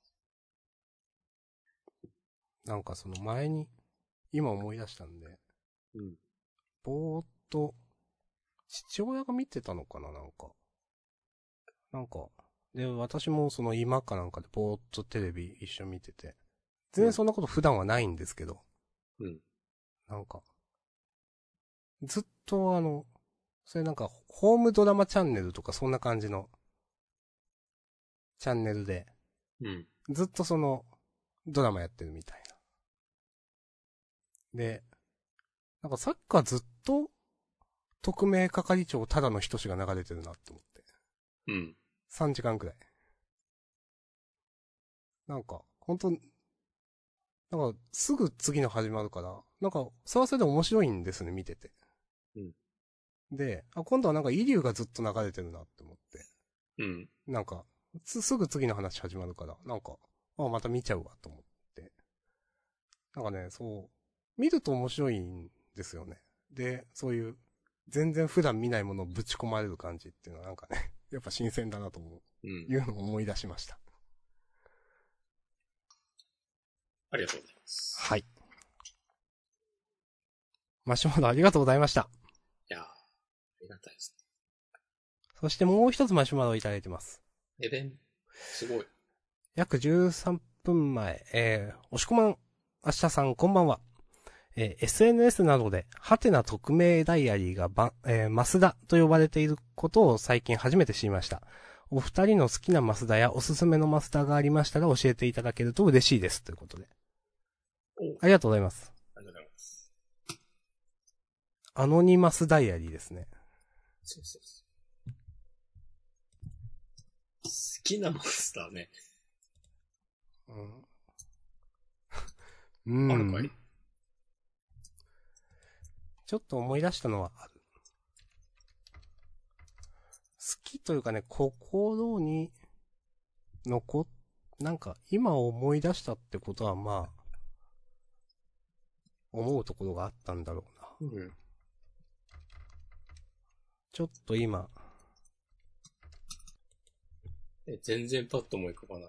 なんかその前に、今思い出したんで、 うん。 ぼーっと、父親が見てたのかな、なんか。なんか、で、私もその今かなんかでぼーっとテレビ一緒に見てて、全うん。 然そんなこと普段はないんですけど、 うん。 なんか、ずっとそれなんか、ホームドラマチャンネルとかそんな感じのチャンネルで、 うん。 ずっとその、ドラマやってるみたいな。で、なんかサッカーずっと、特命係長ただの人志が流れてるなって思って。 うん。 3時間くらい。なんか、本当なんか、すぐ次の始まるから、なんか、それはそれで面白いんですね、見てて。 うん。 で、今度はなんか、イリュウがずっと流れてるなって思って。 うん。 なんか、すぐ次の話始まるから、なんか、また見ちゃうわ、と思って。なんかね、そう、見ると面白いんですよね。で、そういう、全然普段見ないものをぶち込まれる感じっていうのはなんかね、やっぱ新鮮だなと思う、 うん。 いうのを思い出しました。 ありがとうございます。 はい。マシュマロありがとうございました。 いやー、ありがたいですそしてもう一つマシュマロをいただいてます。 ね。すごい。 約13分前、押し込まん、明日さんこんばんは。SNS などで、ハテナ匿名ダイアリーがマスダと呼ばれていることを最近初めて知りました。お二人の好きなマスダやおすすめのマスダがありましたら教えていただけると嬉しいです。ということで。 お、 ありがとうございます。 ありがとうございます。 アノニマスダイアリーですね。 そうそうそう。好きなマスターね。 うん。 あるかい？ ちょっと思い出したのはある。好きというかね、心になんか今思い出したってことはまあ、思うところがあったんだろうな。 うん。 ちょっと今、 全然パッと思い浮かばない。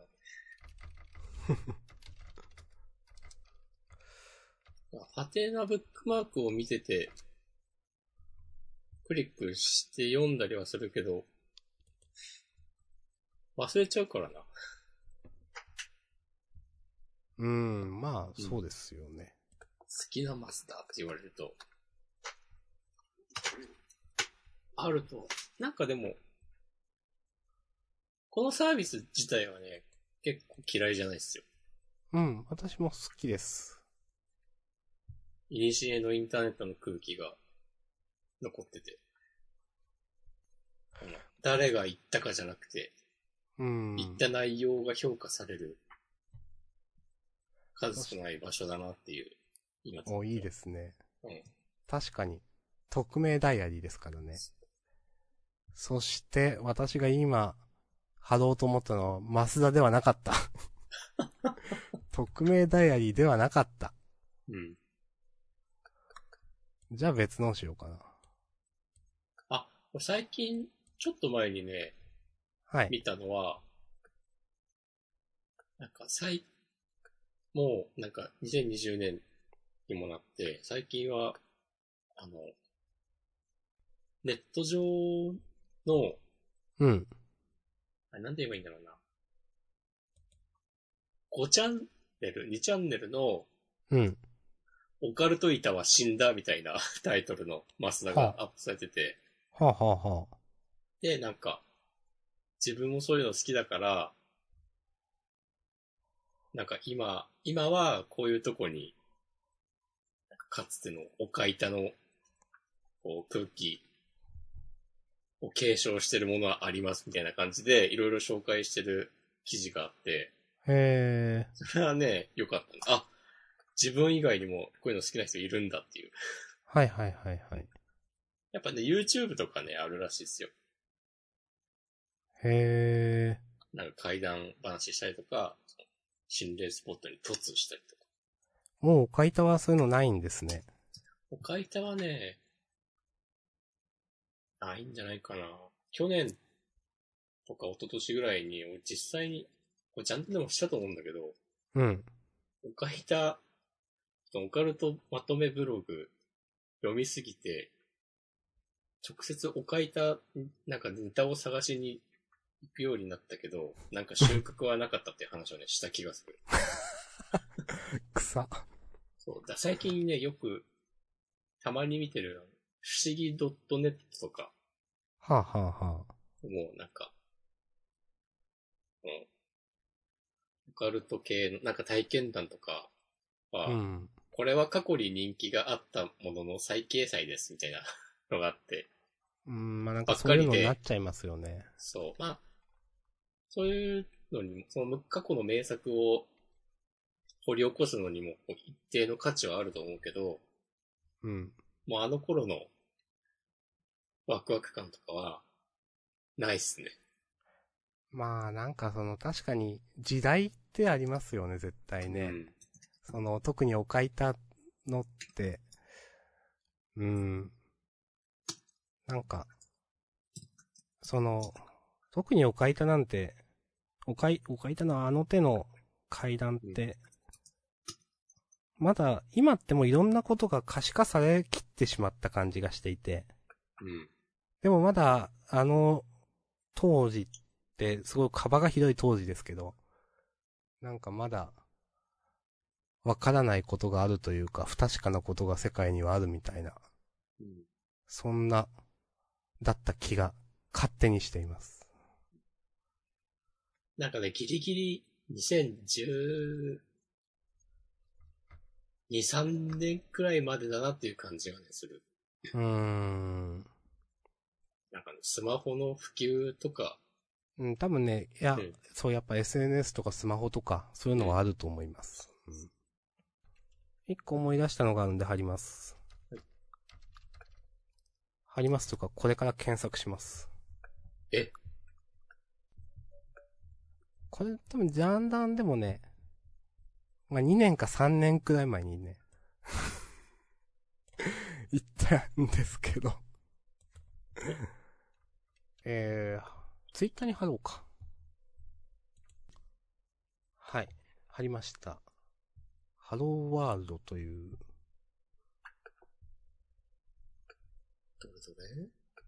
ハテナブックマークを見てて、クリックして読んだりはするけど、忘れちゃうからな。 まあ、 うん。 そうですよね。 好きなマスターって言われると、あると、なんかでも、このサービス自体はね、結構嫌いじゃないですよ。 うん、私も好きです。 古のインターネットの空気が残ってて。誰が言ったかじゃなくて、 うん。 言った内容が評価される数少ない場所だなっていう、今とっお、いいては。 ですね。 うん。 確かに。匿名ダイアリーですからね。そして、私が今、貼ろうと思ったのは、マスダではなかった。匿名ダイアリーではなかった。 うん。 じゃあ別のをしようかな。 あ、最近、ちょっと前にね、 はい。 見たのは、なんか、もう、なんか、2020年にもなって、最近は、あの、ネット上の、 うん。 なんて言えばいいんだろうな。5チャンネル、2チャンネルの、 うん。 オカルトイタは死んだみたいなタイトルのマスダがはアップされてて、 あ。はあ、はあ、はあ。 で、なんか、自分もそういうの好きだから、なんか今はこういうとこに、かつてのオカイタのこう空気を継承してるものはありますみたいな感じで、いろいろ紹介してる記事があって、 へえ。 それはね、よかったね。あ、自分以外にもこういうの好きな人いるんだっていう。 はいはいはいはい。 やっぱね、YouTube とかね、あるらしいですよ。 へえ。 なんか怪談話したりとか、心霊スポットに突したりとか。 もう、カイタはそういうのないんですね。 オカイタはね、ないんじゃないかな。去年とか一昨年ぐらいに、実際に、これちゃんとでもしたと思うんだけど、 うん。 オカイタ、オカルトまとめブログ読みすぎて、直接オカイタ、なんかネタを探しに行くようになったけど、なんか収穫はなかったっていう話をね、した気がする。 草。 そうだ、最近ね、よく、たまに見てる、不思議 .net とか、 はあ、はあ、はあ。 もうなんか、うん、オカルト系の、なんか体験談とかは、 うん。 これは過去に人気があったものの再掲載ですみたいなのがあって、 うん、まあなんかばっそういうのになっかりで、 ちゃいますよね。 そう、まあ、そういうのにも、その過去の名作を掘り起こすのにも一定の価値はあると思うけど、 うん。 もうあの頃のワクワク感とかはないっすね。 まあなんかその確かに時代ってありますよね、絶対ね。 うん。 その特にお書いたのって、うん。なんか、その、特にお書いたなんて、お書いたのあの手の階段っうん。 て、まだ今ってもういろんなことが可視化されきってしまった感じがしていて、 うん。 でもまだ当時ってすごい幅が広い当時ですけど、なんかまだわからないことがあるというか、不確かなことが世界にはあるみたいな、 うん。 そんな、だった気が勝手にしています。 なんかね、ギリギリ2012、3年くらいまでだなっていう感じがね、する。 うーん。 なんかね、スマホの普及とか、 うん、多分ね、いや、 うん。 そうやっぱ SNS とかスマホとか、そういううん。 のはあると思います。うん。一個思い出したのがあるんで貼ります。貼りますとか、これから検索します。 え、 これ多分ジャンダンでもね、まあ、2年か3年くらい前にね、言ったんですけど。ツイッターに貼ろうか。はい。貼りました。ハローワールドという、 どれどれ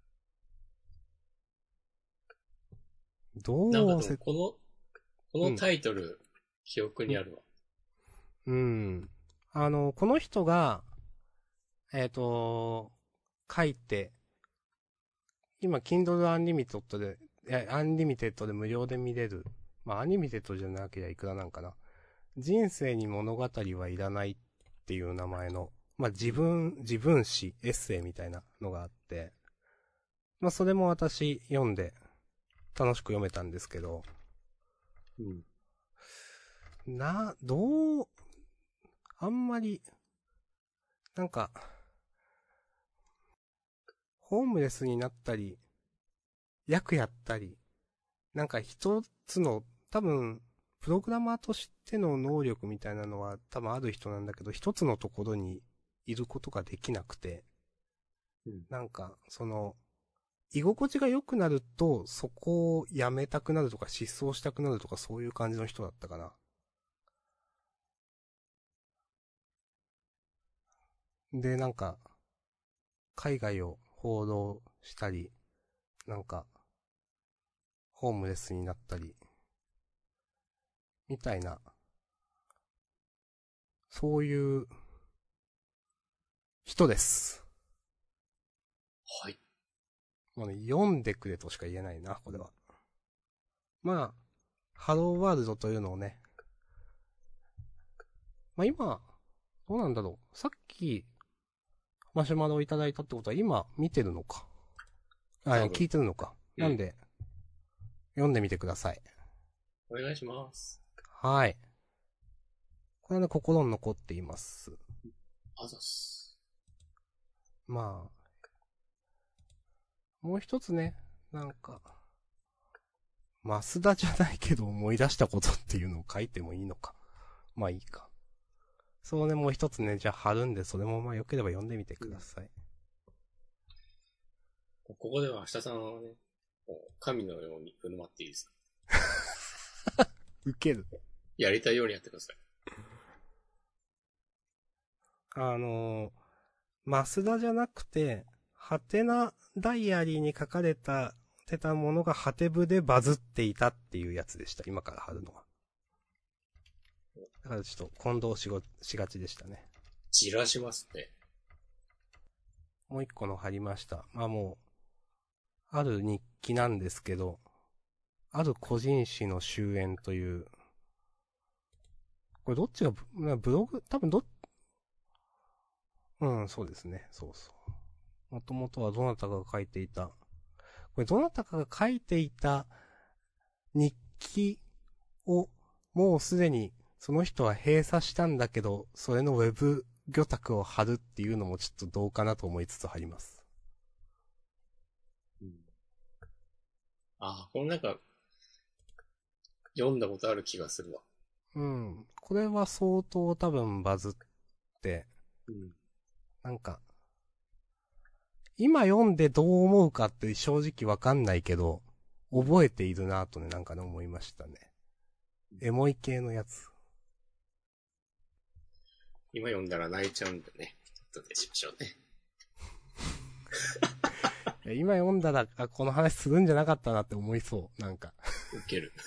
なんかどうせ、 でもこのうん、 タイトル、記憶うん、 にあるわ。 うん。この人が、書いて、今、Kindle Unlimited で、Unlimited で無料で見れる。まあ、アニメテッドじゃなければいくらなんかな。 人生に物語はいらないっていう名前の、まあ、自分史、エッセイみたいなのがあって、まあ、それも私読んで楽しく読めたんですけど、 うん。 あんまり、なんか、ホームレスになったり、役やったり、なんか一つの、多分、プログラマーとしての能力みたいなのは多分ある人なんだけど、一つのところにいることができなくて、 うん。 なんか、居心地が良くなると、そこを辞めたくなるとか失踪したくなるとかそういう感じの人だったかな。で、なんか、海外を報道したり、なんか、ホームレスになったり、みたいな、そういう人です。 はい。 もうね、読んでくれとしか言えないな、これは。まあ、ハローワールドというのをね、まあ今、どうなんだろう。さっき、マシュマロをいただいたってことは今見てるのか。あ、 多分。 聞いてるのか。 うん。 なんで、読んでみてください。 お願いします。 はい。これはね、心に残っています。 あざっす。 まあ、もう一つね、なんか、マスダじゃないけど思い出したことっていうのを書いてもいいのか。まあいいか。そうね、もう一つね、じゃあ貼るんで、それもまあ良ければ読んでみてください。 ここでは明日さんはね、もう神のように振る舞っていいですか？ 受ける。 やりたいようにやってください。 あのー、マスダじゃなくて、ハテナダイアリーに書かれてたものがハテブでバズっていたっていうやつでした。今から貼るのは。だからちょっと混同しがちでしたね。 じらしますね。 もう一個の貼りました。まあもう、ある日記なんですけど、ある個人誌の終焉という、これどっちがブログ多分うん、そうですね。そうそう。もともとはどなたかが書いていた。これどなたかが書いていた日記を、もうすでにその人は閉鎖したんだけど、それのウェブ魚拓を貼るっていうのもちょっとどうかなと思いつつ貼ります。 うん。あ、このなんか、読んだことある気がするわ。 うん。これは相当多分バズって、 うん。 なんか、今読んでどう思うかって正直わかんないけど、覚えているなぁとね、なんかね思いましたね。エモい系のやつ。 今読んだら泣いちゃうんでね。ちょっとでしましょうね。 今読んだら、この話するんじゃなかったなって思いそう。なんか。 ウケる。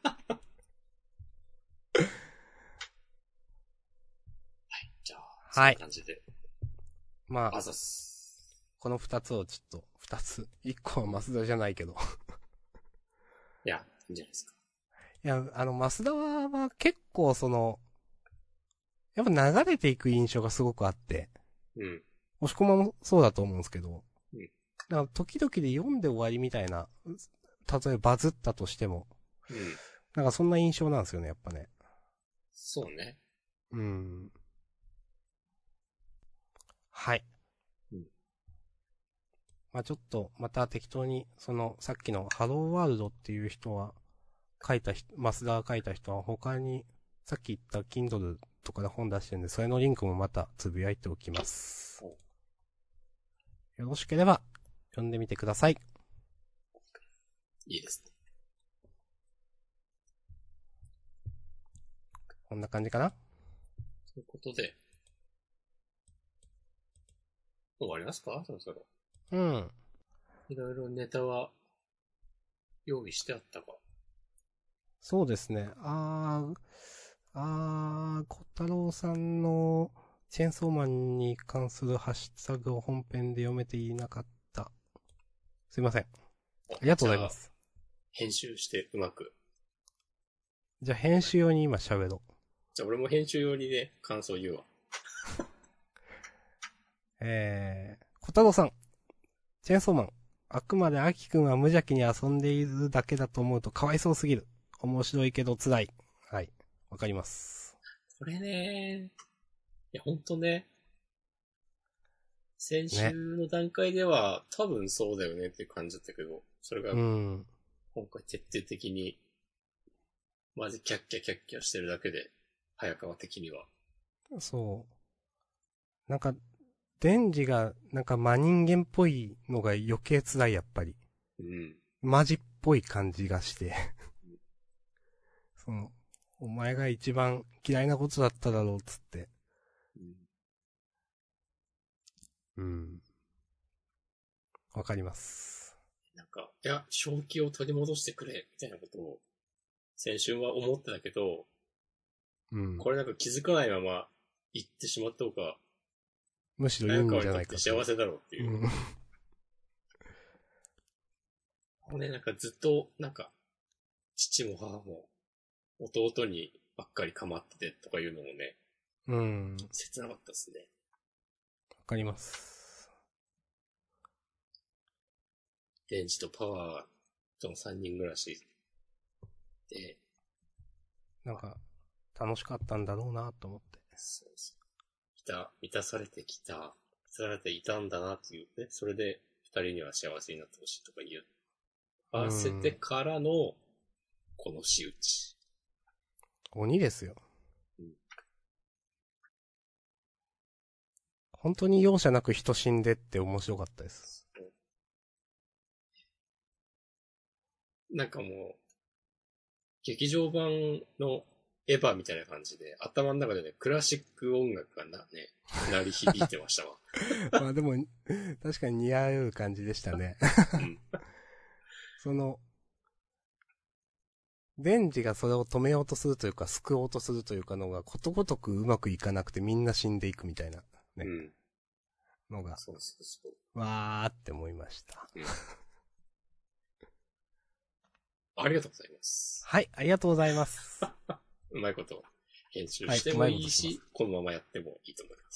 じゃあ、そんはい。 な感じで。 まあ、 あざっす。 この二つをちょっと、二つ。一個はマスダじゃないけど。 いや、いいんじゃないですか。 いや、マスダは結構やっぱ流れていく印象がすごくあって、 うん。 押し込まもそうだと思うんですけど、 うん。 だから時々で読んで終わりみたいな、例えばバズったとしても、 うん。 なんかそんな印象なんですよね、やっぱね。 そうね。 うん。はい。 うん。 まあちょっと、また適当に、さっきのハローワールドっていう人は、マスダが書いた人は他に、さっき言った Kindle とかで本出してるんで、それのリンクもまたつぶやいておきます。よろしければ、読んでみてください。 いいですね。 こんな感じかな？ ということで、終わりますかそろそろ。 うん。 いろいろネタは用意してあったか。 そうですね。小太郎さんのチェーンソーマンに関するハッシュタグを本編で読めていなかった。すいません。ありがとうございまじゃあ、 す。 編集してうまく。 じゃあ編集用に今喋ろう。 じゃあ俺も編集用にね、感想言うわ。 小太郎さん。チェーンソーマン。あくまでアキくんは無邪気に遊んでいるだけだと思うとかわいそうすぎる。面白いけど辛い。はい。わかります。 これね、いやほんとね、先週ね。 の段階では多分そうだよねっていう感じだったけど、それがうん。 今回徹底的に、マジキャッキャキャッキャしてるだけで、早川的には。 そう。なんか、デンジが、なんか真人間っぽいのが余計辛い、やっぱり。 うん。 マジっぽい感じがしてその、お前が一番嫌いなことだっただろう、つって。うん。わかります。 なんか、いや、正気を取り戻してくれ、みたいなことを、先週は思ってたけど、 うん。 これなんか気づかないまま言ってしまった方が、 むしろいいん早川にとっじゃないかと。 て幸せだろうっていう。 うん。 ね、なんかずっと、なんか、父も母も弟にばっかり構っててとかいうのもね、 うん。 切なかったですね。 わかります。 デンジとパワーとの3人暮らしで、 なんか、楽しかったんだろうなと思って。 そうそう。満たされてきた、満たされていたんだなっていうね、それで二人には幸せになってほしいとか言う。合わせてからの、この仕打ち。 鬼ですよ。 うん、 本当に容赦なく人死んでって面白かったです。 なんかもう、劇場版のエヴァみたいな感じで、頭の中でね、クラシック音楽がね、鳴り響いてましたわ。 まあでも、確かに似合う感じでしたね。 うん、 その、デンジがそれを止めようとするというか、救おうとするというかのが、ことごとくうまくいかなくてみんな死んでいくみたいな、ね、 うん。 のが、 そうそうそう。 わーって思いました。 うん、ありがとうございます。 はい、ありがとうございます。 うまいこと編集してもいいし、 はい、 このままやってもいいと思います。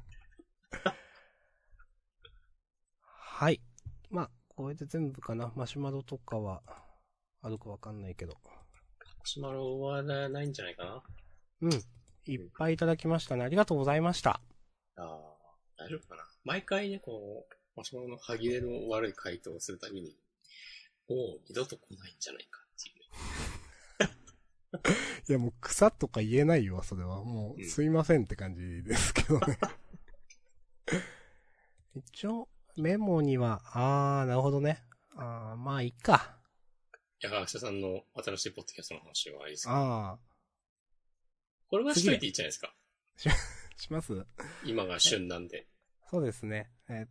はい。まあ、これで全部かな。マシュマロとかは、あるかわかんないけど。 マシュマロはないんじゃないかな。 うん。いっぱいいただきましたね。ありがとうございました。 ああ、大丈夫かな。毎回ね、こう、マシュマロの歯切れの悪い回答をするたびに、もう二度と来ないんじゃないかっていうね。 いやもう草とか言えないよ、それは。もう、すいませんって感じですけどね。一応、メモには、なるほどね。まあ、いいか。 いや、明日さんの新しいポッドキャストの話はいいですか。 あこれはしといていいじゃないですか。 します今が旬なんで。 そうですね。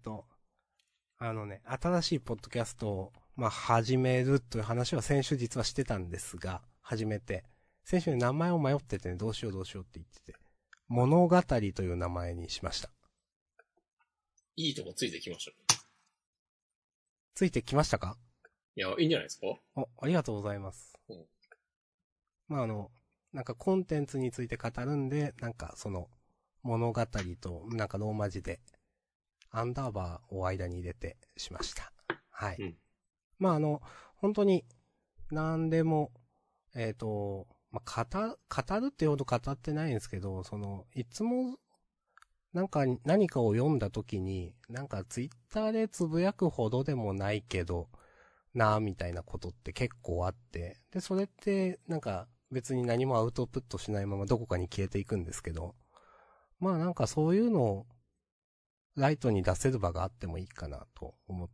新しいポッドキャストを、まあ、始めるという話は先週実はしてたんですが、始めて。先週名前を迷っててね、どうしようって言ってて。物語という名前にしました。 いいとこついてきましたね。 ついてきましたか？ いや、いいんじゃないですか。 ありがとうございます。 うん、 まあなんかコンテンツについて語るんで、なんかその物語と、なんかローマ字で、アンダーバーを間に入れてしました。はい。 うん、 まあ本当に、何でも、まあ、語るってほど語ってないんですけど、いつも、なんか何かを読んだ時に、なんかツイッターでつぶやくほどでもないけど、みたいなことって結構あって、で、それって、なんか別に何もアウトプットしないままどこかに消えていくんですけど、まあなんかそういうのをライトに出せる場があってもいいかなと思って、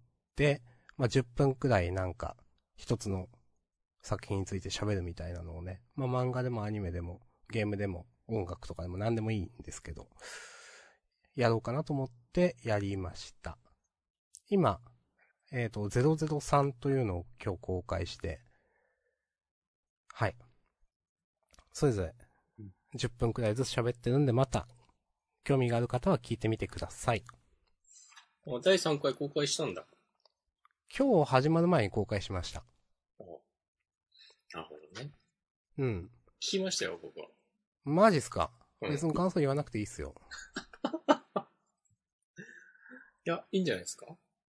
まあ10分くらいなんか一つの作品について喋るみたいなのをね、まあ漫画でもアニメでもゲームでも音楽とかでも何でもいいんですけど、やろうかなと思ってやりました。今、003というのを今日公開して、はい。それぞれ10分くらいずつ喋ってるんで、また興味がある方は聞いてみてください。 第3回公開したんだ。 今日始まる前に公開しました。 なるほどね。 うん。 聞きましたよ、僕は。 マジっすか？ うん別に感想言わなくていいっすよ。 いや、いいんじゃないですか。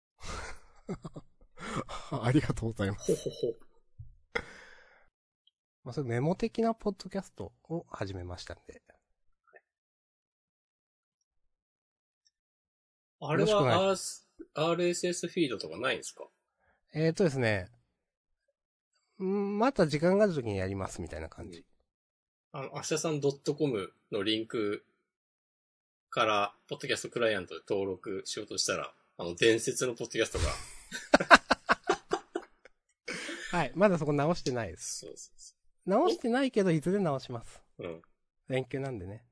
ありがとうございます。 ほほほ。 まあ、それメモ的なポッドキャストを始めましたんで。 あれよろしくは RSS フィードとかないんですか？ ですね。また時間があるときにやりますみたいな感じ。 明日さん .com のリンクから、ポッドキャストクライアントで登録しようとしたら、伝説のポッドキャストが。 はい。まだそこ直してないです。 そうそうそ直してないけど、いずれ直します。 う。うん。 連休なんでね。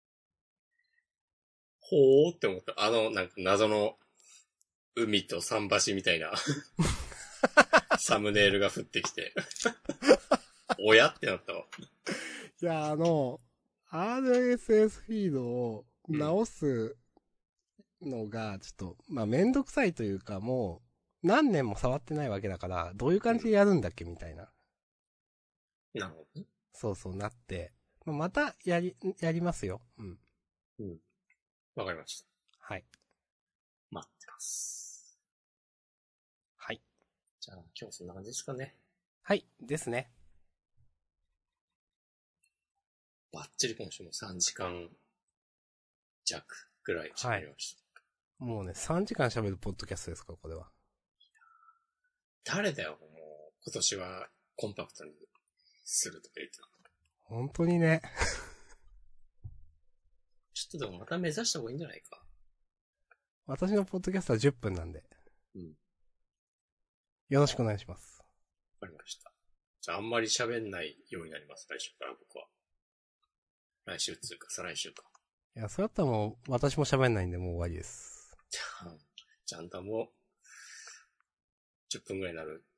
ほーって思った。なんか謎の海と桟橋みたいなサムネイルが降ってきて。おやってなったわ。 いや、RSS フィードを直すのが、ちょっと、まあ、めんどくさいというか、もう、何年も触ってないわけだから、どういう感じでやるんだっけみたいな。 なるほどね。 そうそうなって、また、やりますよ。うん。 うん。わかりました。 はい。 待ってます。 はい。 じゃあ、今日そんな感じですかね。 はい。ですね。 バッチリ今週も3時間弱ぐらい喋りました。 はい、もうね、3時間喋るポッドキャストですか、これは。 誰だよ、もう、今年はコンパクトにするとか言ってた。 本当にね。 ちょっとでもまた目指した方がいいんじゃないか。 私のポッドキャストは10分なんで。 うん。 よろしくお願いします。 わかりました。じゃああんまり喋んないようになります、来週から僕は。来週つうか、再来週か。 いや、それだったらもう、私も喋んないんでもう終わりです。 じゃあ、あんたも、10分ぐらいになる。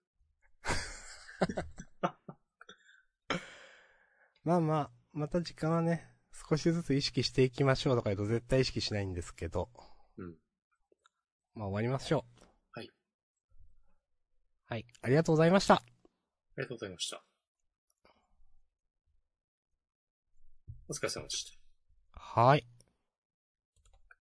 まあまあ、また時間はね、少しずつ意識していきましょうとか言うと絶対意識しないんですけど。 うん。 まあ終わりましょう。 はい。 はい。ありがとうございました。ありがとうございました。お疲れ様でした。 はい。